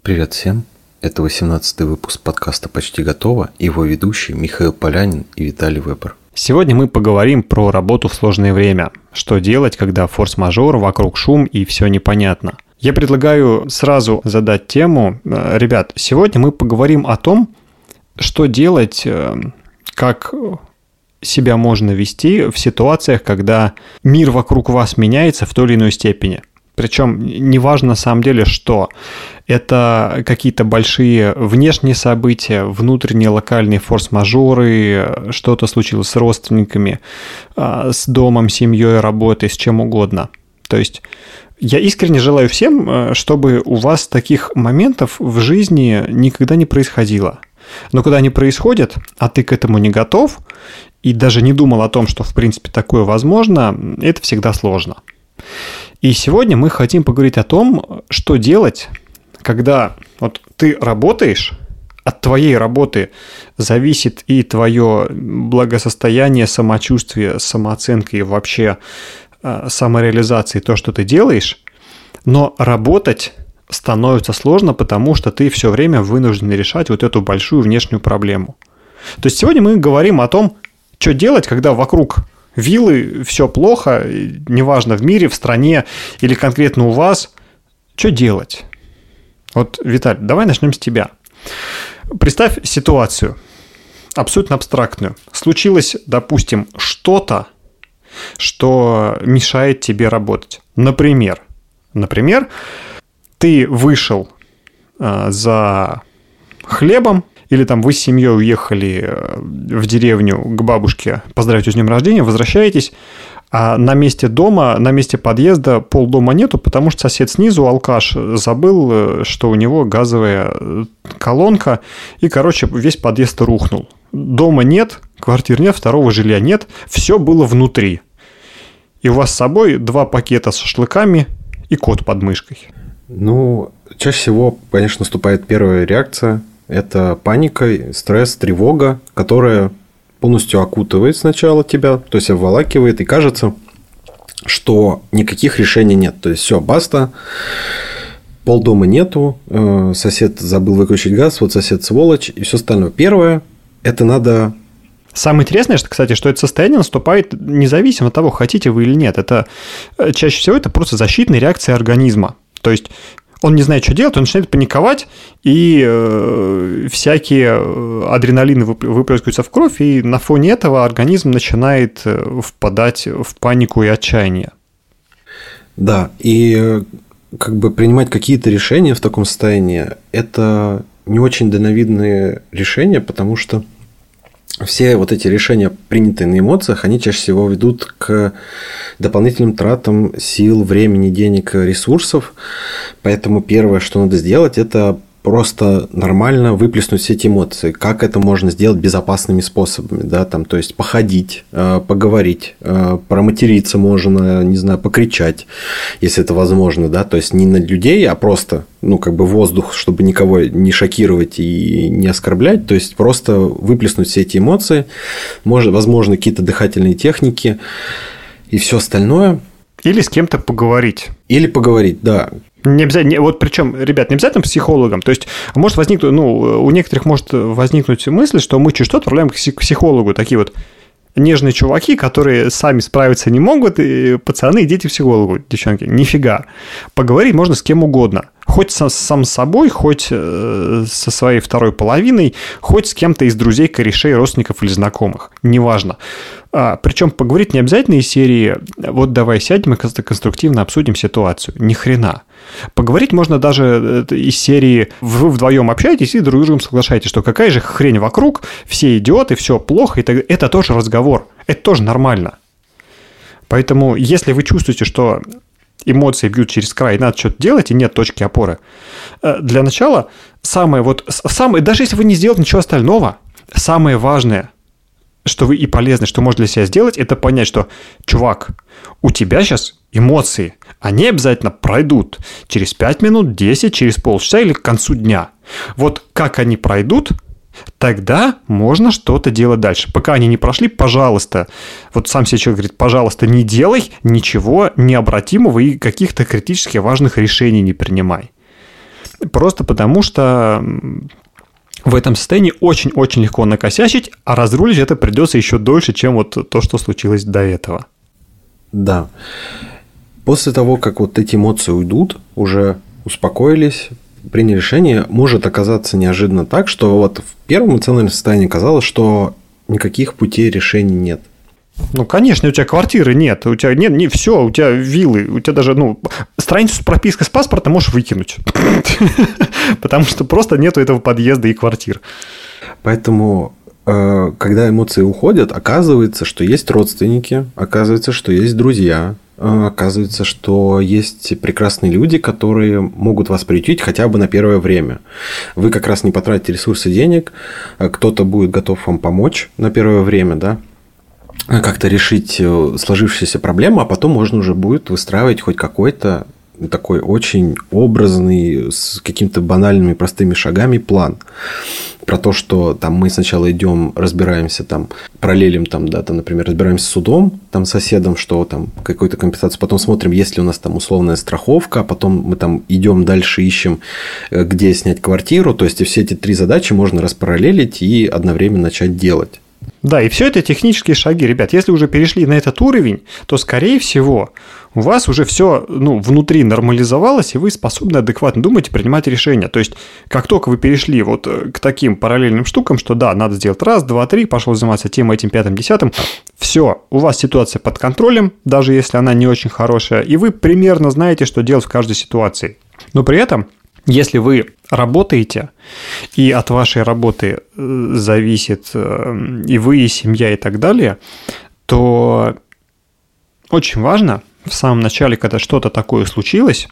Привет всем! Это 18-й выпуск подкаста «Почти готово», и его ведущие Михаил Полянин и Виталий Вебер. Сегодня мы поговорим про работу в сложное время. Что делать, когда форс-мажор, вокруг шум и все непонятно. Я предлагаю сразу задать тему. Ребят, сегодня мы поговорим о том, что делать, как себя можно вести в ситуациях, когда мир вокруг вас меняется в той или иной степени. Причем неважно на самом деле, что это какие-то большие внешние события, внутренние локальные форс-мажоры, что-то случилось с родственниками, с домом, семьей, работой, с чем угодно. То есть я искренне желаю всем, чтобы у вас таких моментов в жизни никогда не происходило. Но когда они происходят, а ты к этому не готов и даже не думал о том, что в принципе такое возможно, это всегда сложно. И сегодня мы хотим поговорить о том, что делать, когда вот ты работаешь, от твоей работы зависит и твое благосостояние, самочувствие, самооценка и вообще самореализация, то, что ты делаешь, но работать становится сложно, потому что ты все время вынужден решать вот эту большую внешнюю проблему. То есть сегодня мы говорим о том, что делать, когда вокруг виллы, все плохо, неважно в мире, в стране или конкретно у вас, что делать? Вот, Виталий, давай начнем с тебя. Представь ситуацию, абсолютно абстрактную. Случилось, допустим, что-то, что мешает тебе работать. Например, ты вышел за хлебом, или там вы с семьей уехали в деревню к бабушке поздравить ее с днем рождения, возвращаетесь, а на месте дома, на месте подъезда полдома нету, потому что сосед снизу, алкаш, забыл, что у него газовая колонка, и, весь подъезд рухнул. Дома нет, квартир нет, второго жилья нет, все было внутри. И у вас с собой 2 пакета с шашлыками и кот под мышкой. Чаще всего, конечно, наступает первая реакция. Это паника, стресс, тревога, которая полностью окутывает сначала тебя, то есть обволакивает, и кажется, что никаких решений нет. То есть все, баста, полдома нету, сосед забыл выключить газ, вот сосед сволочь и все остальное. Первое, это надо... Самое интересное, кстати, что это состояние наступает независимо от того, хотите вы или нет. Это чаще всего это просто защитная реакция организма. То есть он не знает, что делать, он начинает паниковать, и всякие адреналины выплескиваются в кровь, и на фоне этого организм начинает впадать в панику и отчаяние. Да, и принимать какие-то решения в таком состоянии – это не очень дальновидные решения, потому что все вот эти решения, принятые на эмоциях, они чаще всего ведут к дополнительным тратам сил, времени, денег, ресурсов. Поэтому первое, что надо сделать, это просто нормально выплеснуть все эти эмоции. Как это можно сделать безопасными способами? Да? То есть походить, поговорить, проматериться можно, не знаю, покричать, если это возможно. Да? То есть не на людей, а просто воздух, чтобы никого не шокировать и не оскорблять. То есть просто выплеснуть все эти эмоции. Возможно, какие-то дыхательные техники и все остальное. Или с кем-то поговорить. Или поговорить, да. Не обязательно, причем, ребят, не обязательно психологом. То есть, может возникнуть, у некоторых может возникнуть мысль, что мы чуть что отправляем к психологу. Такие вот нежные чуваки, которые сами справиться не могут, и пацаны, идите к психологу, девчонки. Нифига. Поговорить можно с кем угодно. Хоть сам с собой, хоть со своей второй половиной, хоть с кем-то из друзей, корешей, родственников или знакомых. Неважно. Причем поговорить не обязательно из серии «Вот давай сядем и конструктивно обсудим ситуацию». Ни хрена. Поговорить можно даже из серии «Вы вдвоем общаетесь и друг с другом соглашаетесь, что какая же хрень вокруг, все идиоты, все плохо». Это тоже разговор. Это тоже нормально. Поэтому, если вы чувствуете, что эмоции бьют через край, и надо что-то делать, и нет точки опоры, для начала даже если вы не сделаете ничего остального, самое важное, что вы и полезное, что можно для себя сделать, это понять, что, чувак, у тебя сейчас эмоции, они обязательно пройдут через 5 минут, 10, через полчаса или к концу дня. Вот как они пройдут, тогда можно что-то делать дальше. Пока они не прошли, пожалуйста, вот сам себе человек говорит, пожалуйста, не делай ничего необратимого и каких-то критически важных решений не принимай. Просто потому что в этом состоянии очень-очень легко накосячить, а разрулить это придется еще дольше, чем вот то, что случилось до этого. Да. После того, как вот эти эмоции уйдут, уже успокоились, приняли решение, может оказаться неожиданно так, что вот в первом эмоциональном состоянии казалось, что никаких путей решения нет. Ну, конечно, у тебя квартиры нет, у тебя нет, не все, у тебя виллы, у тебя даже, страницу с пропиской с паспорта можешь выкинуть, потому что просто нету этого подъезда и квартир. Поэтому, когда эмоции уходят, оказывается, что есть родственники, оказывается, что есть друзья, оказывается, что есть прекрасные люди, которые могут вас приютить хотя бы на первое время. Вы как раз не потратите ресурсы денег, кто-то будет готов вам помочь на первое время, да, как-то решить сложившиеся проблемы, а потом можно уже будет выстраивать хоть какой-то такой очень образный, с какими-то банальными простыми шагами план. Про то, что там мы сначала идем, разбираемся, там, параллелим, там, да, там, например, разбираемся с судом, там, с соседом, что там, какую-то компенсацию, потом смотрим, есть ли у нас там условная страховка, а потом мы там идем дальше, ищем, где снять квартиру. То есть, и все эти 3 задачи можно распараллелить и одновременно начать делать. Да, и все это технические шаги. Ребят, если уже перешли на этот уровень, то, скорее всего, у вас уже все внутри нормализовалось, и вы способны адекватно думать и принимать решения. То есть, как только вы перешли вот к таким параллельным штукам, что да, надо сделать 1, 2, 3, пошел заниматься тем, этим, 5, 10, все, у вас ситуация под контролем, даже если она не очень хорошая, и вы примерно знаете, что делать в каждой ситуации. Но при этом, если вы работаете, и от вашей работы зависит и вы, и семья, и так далее, то очень важно в самом начале, когда что-то такое случилось,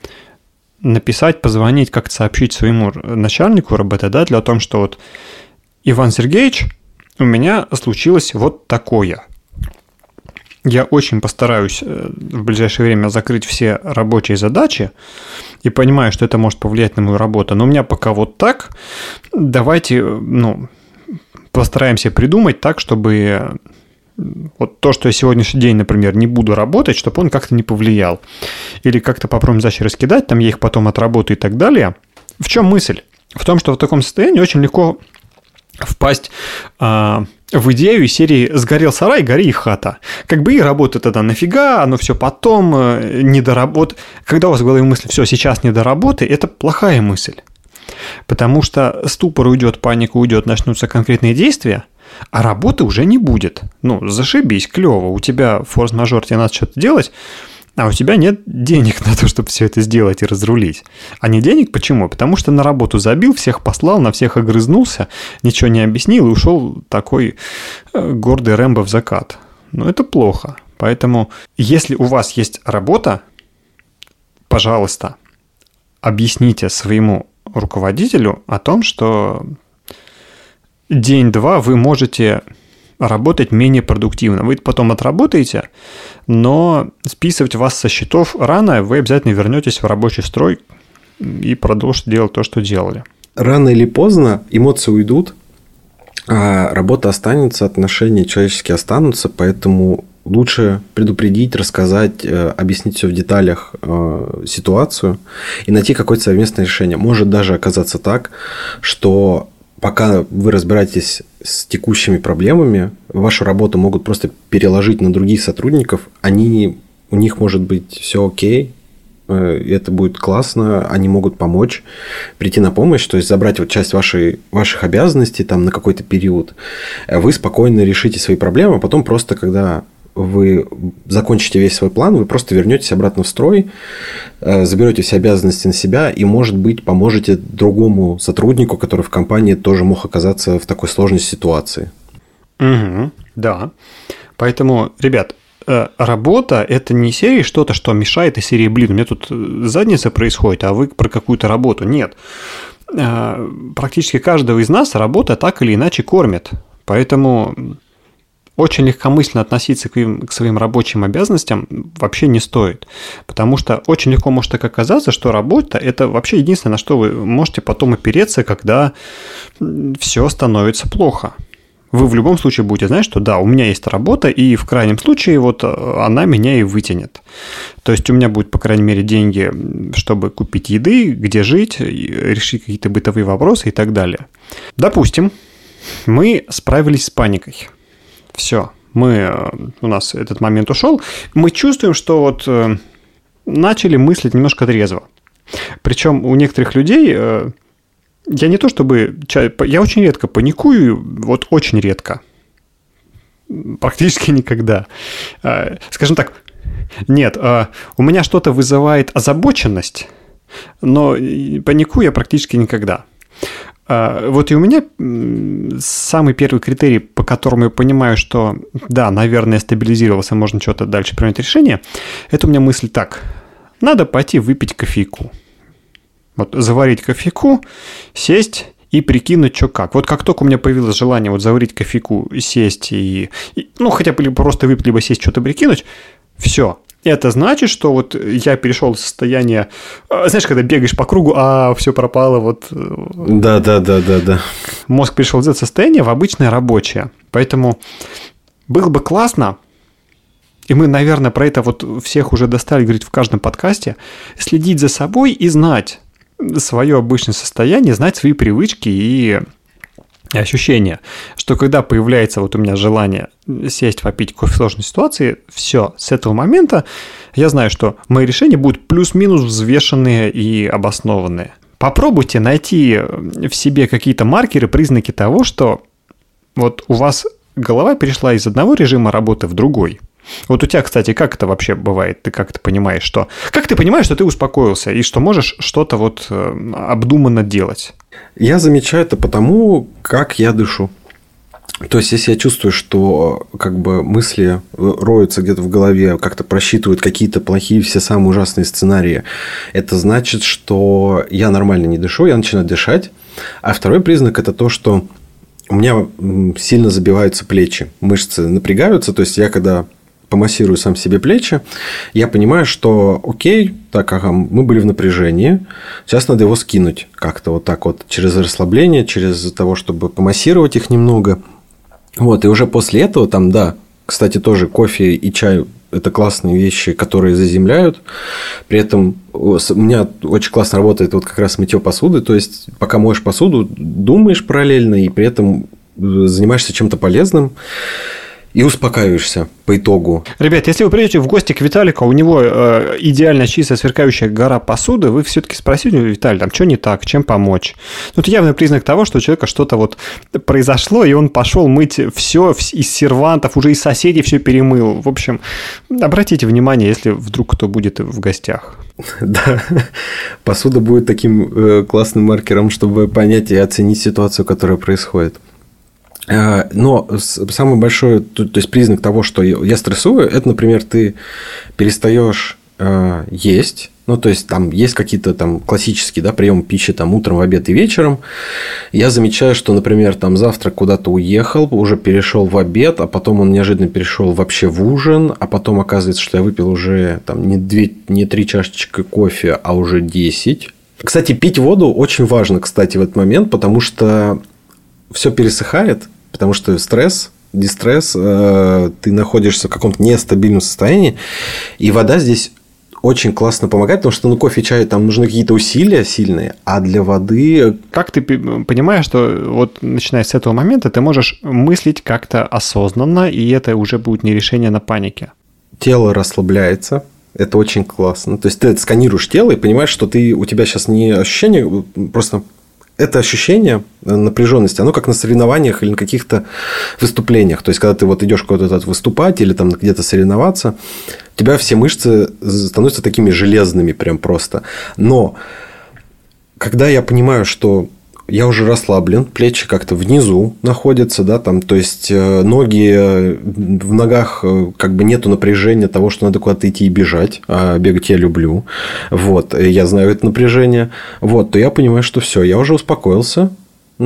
написать, позвонить, как-то сообщить своему начальнику, работодателю о том, что вот, Иван Сергеевич, у меня случилось вот такое. Я очень постараюсь в ближайшее время закрыть все рабочие задачи и понимаю, что это может повлиять на мою работу. Но у меня пока вот так. Давайте, постараемся придумать так, чтобы вот то, что я сегодняшний день, например, не буду работать, чтобы он как-то не повлиял. Или как-то попробуем задачи раскидать, там я их потом отработаю и так далее. В чем мысль? В том, что в таком состоянии очень легко впасть в идею из серии «Сгорел сарай, гори и хата». Как бы и работа тогда нафига, оно все потом, не до работы. Когда у вас в голове мысль «все, сейчас не до работы», это плохая мысль. Потому что ступор уйдет, паника уйдет, начнутся конкретные действия, а работы уже не будет. Зашибись, клево, у тебя форс-мажор, тебе надо что-то делать, а у тебя нет денег на то, чтобы все это сделать и разрулить. А не денег почему? Потому что на работу забил, всех послал, на всех огрызнулся, ничего не объяснил и ушел такой гордый Рэмбо в закат. Это плохо. Поэтому, если у вас есть работа, пожалуйста, объясните своему руководителю о том, что день-два вы можете работать менее продуктивно. Вы потом отработаете, но списывать вас со счетов рано, вы обязательно вернетесь в рабочий строй и продолжите делать то, что делали. Рано или поздно эмоции уйдут, а работа останется, отношения человеческие останутся, поэтому лучше предупредить, рассказать, объяснить все в деталях ситуацию и найти какое-то совместное решение. Может даже оказаться так, что пока вы разбираетесь с текущими проблемами, вашу работу могут просто переложить на других сотрудников, у них может быть все окей, это будет классно, они могут помочь, прийти на помощь, то есть забрать вот часть ваших обязанностей там, на какой-то период. Вы спокойно решите свои проблемы, а потом просто, когда вы закончите весь свой план, вы просто вернетесь обратно в строй, заберете все обязанности на себя и, может быть, поможете другому сотруднику, который в компании тоже мог оказаться в такой сложной ситуации. Да. Поэтому, ребят, работа – это не серия что-то, что мешает, и серии «Блин, у меня тут задница происходит, а вы про какую-то работу». Нет. Практически каждого из нас работа так или иначе кормит. Поэтому очень легкомысленно относиться к своим рабочим обязанностям вообще не стоит. Потому что очень легко может так оказаться, что работа – это вообще единственное, на что вы можете потом опереться, когда все становится плохо. вы в любом случае будете знать, что да, у меня есть работа, и в крайнем случае вот она меня и вытянет. То есть у меня будет, по крайней мере, деньги, чтобы купить еды, где жить, решить какие-то бытовые вопросы и так далее. Допустим, мы справились с паникой. Все, у нас этот момент ушел. Мы чувствуем, что вот начали мыслить немножко трезво. Причем у некоторых людей... Я не то чтобы... Я очень редко паникую, вот очень редко. Практически никогда. Скажем так, нет, у меня что-то вызывает озабоченность, но паникую я практически никогда. Вот и у меня самый первый критерий, по которому я понимаю, что да, наверное, стабилизировался, можно что-то дальше принять решение, это у меня мысль так. Надо пойти выпить кофейку. Вот заварить кофейку, сесть и прикинуть, что как. Вот как только у меня появилось желание вот заварить кофейку, сесть и хотя бы просто выпить, либо сесть, что-то прикинуть, все. Это значит, что вот я перешел в состояние, знаешь, когда бегаешь по кругу, все пропало, вот. Да. Мозг перешел в это состояние, в обычное рабочее. Поэтому было бы классно, и мы, наверное, про это вот всех уже достали говорить в каждом подкасте, следить за собой и знать свое обычное состояние, знать свои привычки и ощущения, что когда появляется вот у меня желание сесть, попить кофе в сложной ситуации, все, с этого момента я знаю, что мои решения будут плюс-минус взвешенные и обоснованные. Попробуйте найти в себе какие-то маркеры, признаки того, что вот у вас голова перешла из одного режима работы в другой. Вот у тебя, кстати, как это вообще бывает? Ты как-то понимаешь, что... Как ты понимаешь, что ты успокоился и что можешь что-то вот обдуманно делать? Я замечаю это потому, как я дышу. То есть, если я чувствую, что как бы мысли роются где-то в голове, как-то просчитывают какие-то плохие, все самые ужасные сценарии, это значит, что я нормально не дышу, я начинаю дышать. А второй признак – это то, что у меня сильно забиваются плечи, мышцы напрягаются. То есть, я когда помассирую сам себе плечи, я понимаю, что окей, мы были в напряжении, сейчас надо его скинуть как-то вот так вот, через расслабление, через того, чтобы помассировать их немного. Вот, и уже после этого кстати, тоже кофе и чай – это классные вещи, которые заземляют. При этом у меня очень классно работает вот как раз мытье посуды. То есть, пока моешь посуду, думаешь параллельно и при этом занимаешься чем-то полезным. И успокаиваешься по итогу. Ребят, если вы придете в гости к Виталику, у него идеально чистая, сверкающая гора посуды, вы все-таки спросите у Виталия, что не так, чем помочь. Это явный признак того, что у человека что-то вот произошло, и он пошел мыть все из сервантов, уже из соседей все перемыл. В общем, обратите внимание, если вдруг кто будет в гостях. Да, посуда будет таким классным маркером, чтобы понять и оценить ситуацию, которая происходит. Но самый большой, то есть признак того, что я стрессую, это, например, ты перестаешь есть. Ну, то есть, там есть какие-то там классические приемы пищи утром, в обед и вечером. Я замечаю, что, например, завтрак куда-то уехал, уже перешел в обед, а потом он неожиданно перешел вообще в ужин, а потом оказывается, что я выпил уже не 3 чашечки кофе, а уже 10. Кстати, пить воду очень важно, в этот момент, потому что все пересыхает, потому что стресс, дистресс, ты находишься в каком-то нестабильном состоянии, и вода здесь очень классно помогает, потому что кофе и чай там нужны какие-то усилия сильные, а для воды... Как ты понимаешь, что вот начиная с этого момента ты можешь мыслить как-то осознанно, и это уже будет не решение на панике? Тело расслабляется. Это очень классно. То есть, ты сканируешь тело и понимаешь, что у тебя сейчас не ощущение, просто... Это ощущение напряженности, оно как на соревнованиях или на каких-то выступлениях. То есть, когда ты идешь куда-то выступать или где-то соревноваться, у тебя все мышцы становятся такими железными прям просто. Но когда я понимаю, что я уже расслаблен, плечи как-то внизу находятся, то есть, ноги, в ногах нету напряжения того, что надо куда-то идти и бежать, а бегать я люблю, я знаю это напряжение, то я понимаю, что все, я уже успокоился,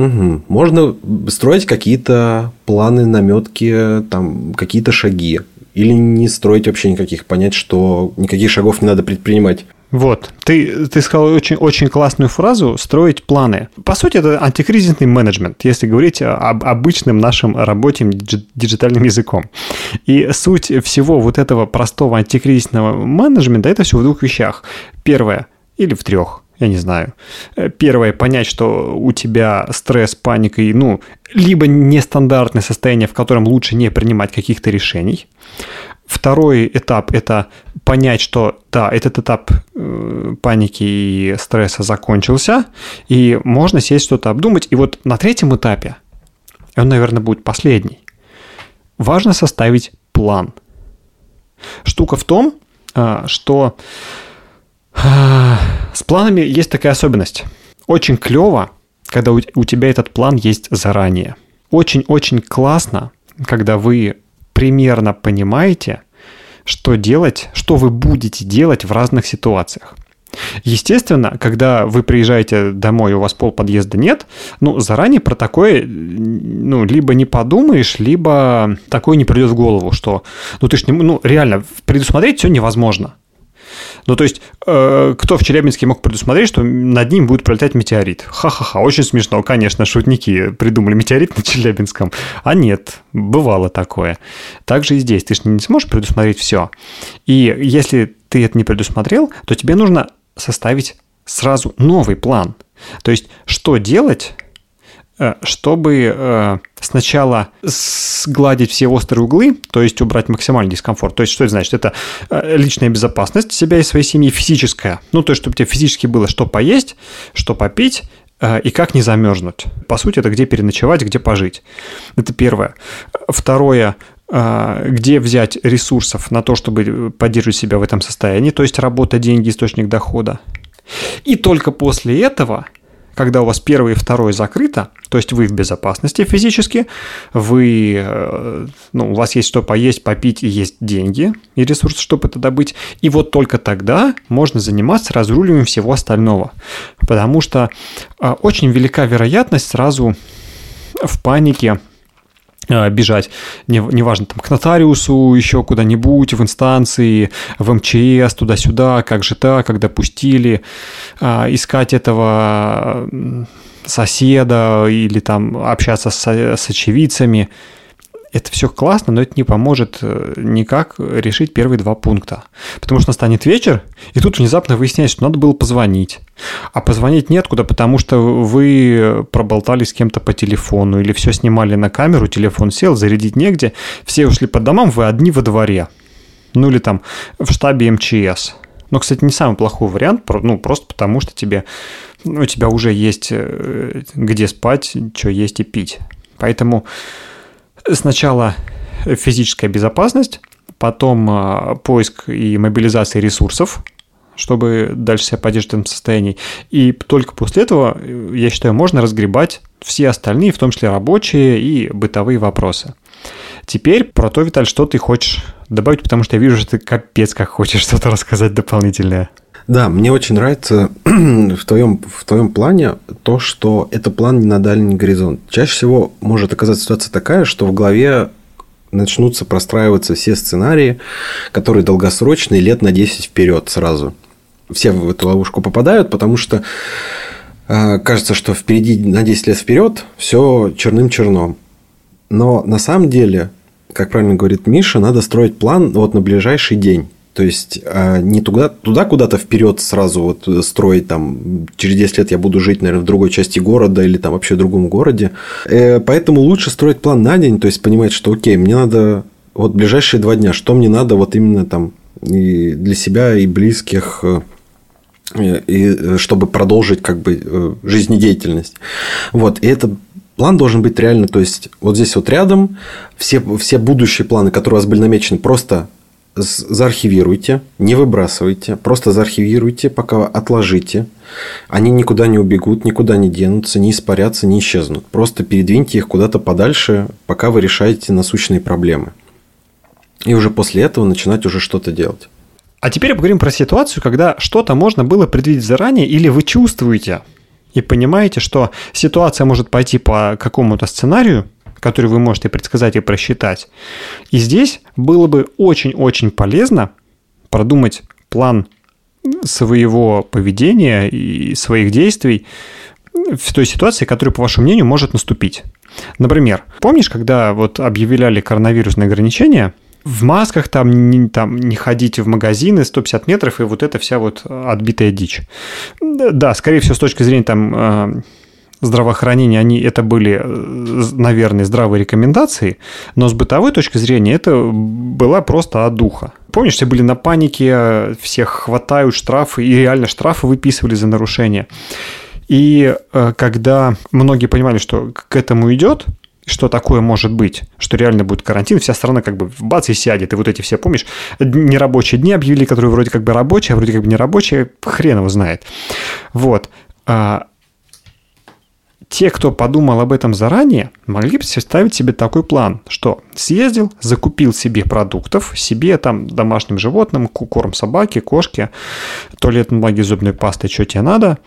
можно строить какие-то планы, наметки, какие-то шаги. или не строить вообще никаких, понять, что никаких шагов не надо предпринимать. Вот, ты сказал очень, очень классную фразу «строить планы». По сути, это антикризисный менеджмент, если говорить об обычном нашем рабочем диджитальным языком. И суть всего вот этого простого антикризисного менеджмента – это все в двух вещах. Первое, или в трех, я не знаю. Первое – понять, что у тебя стресс, паника и, либо нестандартное состояние, в котором лучше не принимать каких-то решений. Второй этап – это понять, что да, этот этап паники и стресса закончился, и можно сесть что-то обдумать. И вот на третьем этапе, он, наверное, будет последний, важно составить план. Штука в том, что с планами есть такая особенность. Очень клево, когда у тебя этот план есть заранее. Очень-очень классно, когда вы примерно понимаете, что делать, что вы будете делать в разных ситуациях. Естественно, когда вы приезжаете домой, у вас полподъезда нет, заранее про такое, либо не подумаешь, либо такое не придет в голову, что, ты ж не, реально, предусмотреть все невозможно. То есть, кто в Челябинске мог предусмотреть, что над ним будет пролетать метеорит? Ха-ха-ха, очень смешно, конечно, шутники придумали метеорит на Челябинском. А нет, бывало такое. Так же и здесь, ты же не сможешь предусмотреть все. И если ты это не предусмотрел, то тебе нужно составить сразу новый план. То есть, что делать, чтобы сначала сгладить все острые углы, то есть убрать максимальный дискомфорт. То есть, что это значит? Это личная безопасность себя и своей семьи, физическая. То есть, чтобы тебе физически было что поесть, что попить и как не замерзнуть. По сути, это где переночевать, где пожить. Это первое. Второе, где взять ресурсов на то, чтобы поддерживать себя в этом состоянии, то есть работа, деньги, источник дохода. И только после этого, когда у вас первое и второе закрыто, то есть вы в безопасности физически, у вас есть что поесть, попить и есть деньги и ресурсы, чтобы это добыть, и вот только тогда можно заниматься разруливанием всего остального. Потому что очень велика вероятность сразу в панике бежать, неважно, там, к нотариусу, еще куда-нибудь, в инстанции, в МЧС, туда-сюда, как же так, как допустили, искать этого соседа или там общаться с очевидцами. Это все классно, но это не поможет никак решить первые два пункта. Потому что настанет вечер, и тут внезапно выясняется, что надо было позвонить. А позвонить неоткуда, потому что вы проболтались с кем-то по телефону или все снимали на камеру, телефон сел, зарядить негде, все ушли по домам, вы одни во дворе. Или там в штабе МЧС. Но, кстати, не самый плохой вариант, просто потому что у тебя уже есть где спать, что есть и пить. Поэтому сначала физическая безопасность, потом поиск и мобилизация ресурсов, чтобы дальше себя поддерживать в этом состоянии. И только после этого, я считаю, можно разгребать все остальные, в том числе рабочие и бытовые вопросы. Теперь про то, Виталь, что ты хочешь добавить, потому что я вижу, что ты капец как хочешь что-то рассказать дополнительное. Да, мне очень нравится в твоем плане то, что это план не на дальний горизонт. Чаще всего может оказаться ситуация такая, что в голове начнутся простраиваться все сценарии, которые долгосрочные, лет на 10 вперед сразу. Все в эту ловушку попадают, потому что кажется, что впереди на 10 лет вперед все черным-черном. Но на самом деле, как правильно говорит Миша, надо строить план на ближайший день. То есть, не туда куда-то вперед сразу строить, там, через 10 лет я буду жить, наверное, в другой части города или там вообще в другом городе. Поэтому лучше строить план на день, то есть, понимать, что окей, мне надо ближайшие 2 дня, что мне надо именно там и для себя, и близких, и чтобы продолжить жизнедеятельность. И этот план должен быть реально, то есть, здесь рядом все будущие планы, которые у вас были намечены, просто заархивируйте, не выбрасывайте, просто заархивируйте, пока отложите. Они никуда не убегут, никуда не денутся, не испарятся, не исчезнут. Просто передвиньте их куда-то подальше, пока вы решаете насущные проблемы. И уже после этого начинать уже что-то делать. А теперь поговорим про ситуацию, когда что-то можно было предвидеть заранее, или вы чувствуете и понимаете, что ситуация может пойти по какому-то сценарию, которые вы можете предсказать и просчитать. И здесь было бы очень-очень полезно продумать план своего поведения и своих действий в той ситуации, которая, по вашему мнению, может наступить. Например, помнишь, когда вот объявляли коронавирусные ограничения, в масках там не ходите в магазины 150 метров и вот эта вся вот отбитая дичь. Да, скорее всего, с точки зрения там здравоохранения, это были, наверное, здравые рекомендации, но с бытовой точки зрения это была просто одуха. Помнишь, все были на панике, всех хватают штрафы, и реально штрафы выписывали за нарушение. И когда многие понимали, что к этому идет, что такое может быть, что реально будет карантин, вся страна как бы бац и сядет, и вот эти все, помнишь, нерабочие дни объявили, которые вроде как бы рабочие, а вроде как бы не рабочие, хрен его знает. Вот. Те, кто подумал об этом заранее, могли бы составить себе такой план, что съездил, закупил себе продуктов, себе там домашним животным, корм собаке, кошке, туалетной бумаги, зубной пастой, что тебе надо,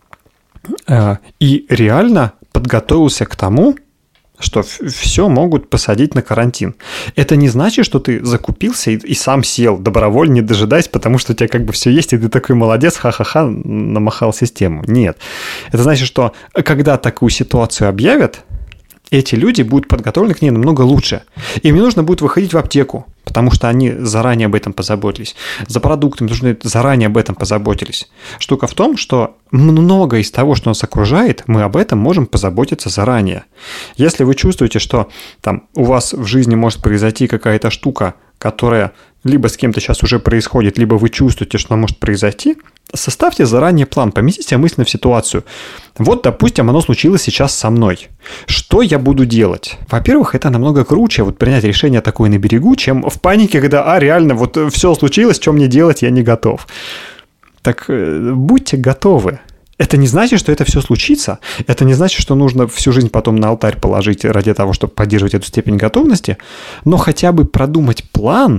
и реально подготовился к тому, что все могут посадить на карантин. Это не значит, что ты закупился и сам сел добровольно, не дожидаясь, потому что у тебя как бы все есть, и ты такой молодец, ха-ха-ха, намахал систему. Нет. Это значит, что когда такую ситуацию объявят, эти люди будут подготовлены к ней намного лучше. Им не нужно будет выходить в аптеку, потому что они заранее об этом позаботились. За продуктами заранее об этом позаботились. Штука в том, что много из того, что нас окружает, мы об этом можем позаботиться заранее. Если вы чувствуете, что там у вас в жизни может произойти какая-то штука, которая либо с кем-то сейчас уже происходит, либо вы чувствуете, что она может произойти, составьте заранее план, поместите себя мысленно в ситуацию. Вот, допустим, оно случилось сейчас со мной. Что я буду делать? Во-первых, это намного круче вот принять решение такое на берегу, чем в панике, когда, реально, вот все случилось, что мне делать, я не готов. Так будьте готовы. Это не значит, что это все случится. Это не значит, что нужно всю жизнь потом на алтарь положить ради того, чтобы поддерживать эту степень готовности, но хотя бы продумать план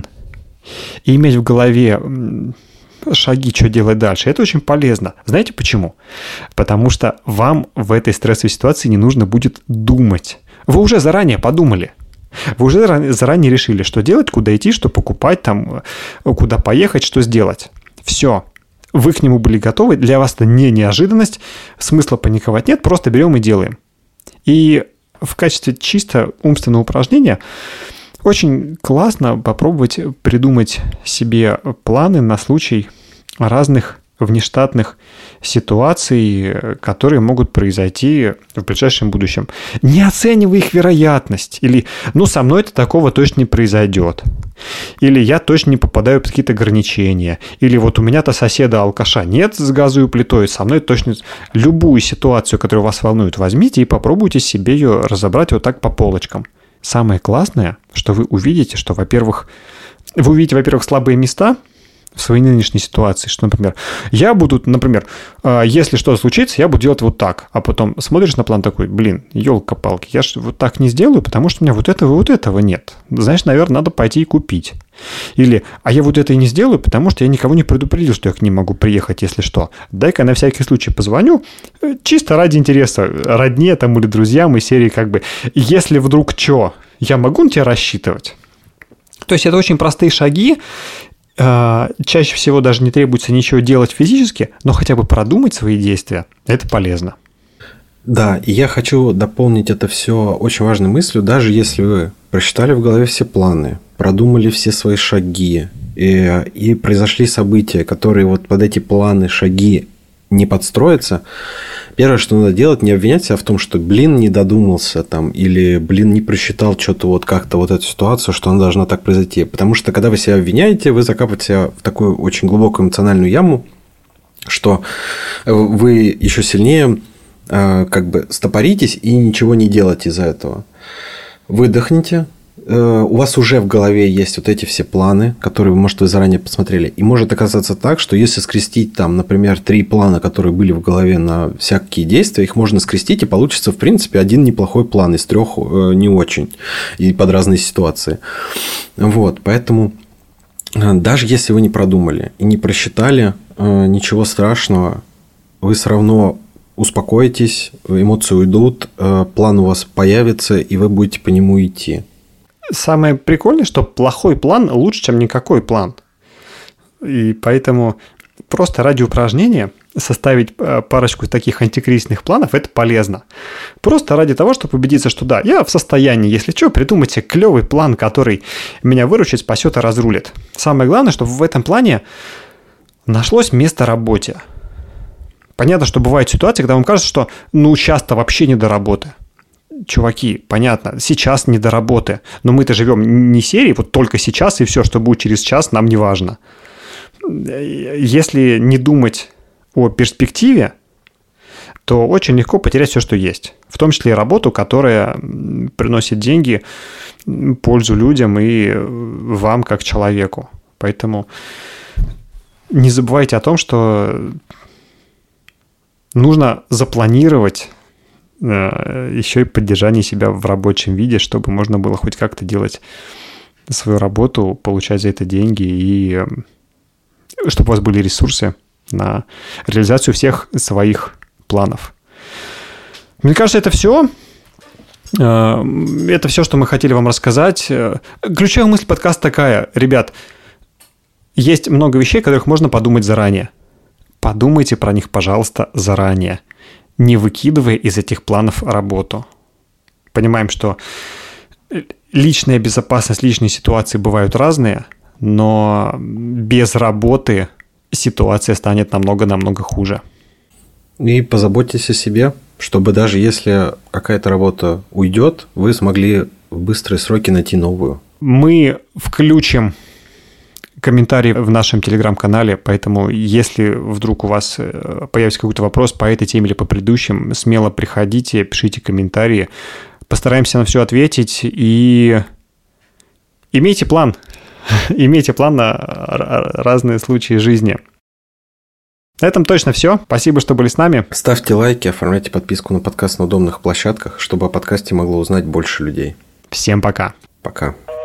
и иметь в голове шаги, что делать дальше. Это очень полезно. Знаете почему? Потому что вам в этой стрессовой ситуации не нужно будет думать. Вы уже заранее подумали. Вы уже заранее решили, что делать, куда идти, что покупать, там, куда поехать, что сделать. Все. Вы к нему были готовы. Для вас это не неожиданность. Смысла паниковать нет. Просто берем и делаем. И в качестве чисто умственного упражнения очень классно попробовать придумать себе планы на случай разных внештатных ситуаций, которые могут произойти в ближайшем будущем. Не оценивая их вероятность. Или, со мной это такого точно не произойдет. Или я точно не попадаю под какие-то ограничения. Или вот у меня-то соседа-алкаша нет с газовой плитой, со мной точно... Любую ситуацию, которая вас волнует, возьмите и попробуйте себе ее разобрать вот так по полочкам. Самое классное, что вы увидите, что, во-первых, слабые места в своей нынешней ситуации, что, например, если что случится, я буду делать вот так, а потом смотришь на план такой, елка-палки, я же вот так не сделаю, потому что у меня вот этого нет. Знаешь, наверное, надо пойти и купить. Или, я вот это и не сделаю, потому что я никого не предупредил, что я к ним могу приехать, если что. Дай-ка на всякий случай позвоню, чисто ради интереса, родне там или друзьям, из серии как бы, если вдруг что, я могу на тебя рассчитывать? То есть это очень простые шаги, чаще всего даже не требуется ничего делать физически, но хотя бы продумать свои действия, это полезно. Да, и я хочу дополнить это все очень важной мыслью, даже если вы просчитали в голове все планы, продумали все свои шаги, и произошли события, которые вот под эти планы, шаги не подстроятся, первое, что надо делать, не обвинять себя в том, что, не додумался там, или, не просчитал что-то вот как-то вот эту ситуацию, что она должна так произойти. Потому что, когда вы себя обвиняете, вы закапываете себя в такую очень глубокую эмоциональную яму, что вы еще сильнее как бы стопоритесь и ничего не делаете из-за этого. Выдохните. У вас уже в голове есть вот эти все планы, которые, может, вы заранее посмотрели. И может оказаться так, что если скрестить там, например, 3 плана, которые были в голове на всякие действия, их можно скрестить, и получится, в принципе, один неплохой план из 3 не очень. И под разные ситуации. Вот, поэтому даже если вы не продумали и не просчитали, ничего страшного, вы все равно успокоитесь, эмоции уйдут, план у вас появится, и вы будете по нему идти. Самое прикольное, что плохой план лучше, чем никакой план. И поэтому просто ради упражнения составить парочку таких антикризисных планов – это полезно. Просто ради того, чтобы убедиться, что да, я в состоянии, если что, придумать себе клевый план, который меня выручит, спасет и разрулит. Самое главное, чтобы в этом плане нашлось место работе. Понятно, что бывают ситуации, когда вам кажется, что сейчас-то вообще не до работы. Чуваки, понятно, сейчас не до работы, но мы-то живем не серией, вот только сейчас, и все, что будет через час, нам не важно. Если не думать о перспективе, то очень легко потерять все, что есть. В том числе и работу, которая приносит деньги, пользу людям и вам как человеку. Поэтому не забывайте о том, что нужно запланировать еще и поддержание себя в рабочем виде, чтобы можно было хоть как-то делать свою работу, получать за это деньги и чтобы у вас были ресурсы на реализацию всех своих планов. Мне кажется, это все. Это все, что мы хотели вам рассказать. Ключевая мысль подкаста такая. Ребят, есть много вещей, о которых можно подумать заранее. Подумайте про них, пожалуйста, заранее, не выкидывая из этих планов работу. Понимаем, что личная безопасность, личные ситуации бывают разные, но без работы ситуация станет намного-намного хуже. И позаботьтесь о себе, чтобы даже если какая-то работа уйдет, вы смогли в быстрые сроки найти новую. Мы включим комментарии в нашем телеграм-канале, поэтому если вдруг у вас появится какой-то вопрос по этой теме или по предыдущим, смело приходите, пишите комментарии, постараемся на все ответить и имейте план. Имейте план на разные случаи жизни. На этом точно все. Спасибо, что были с нами. Ставьте лайки, оформляйте подписку на подкаст на удобных площадках, чтобы о подкасте могло узнать больше людей. Всем пока. Пока.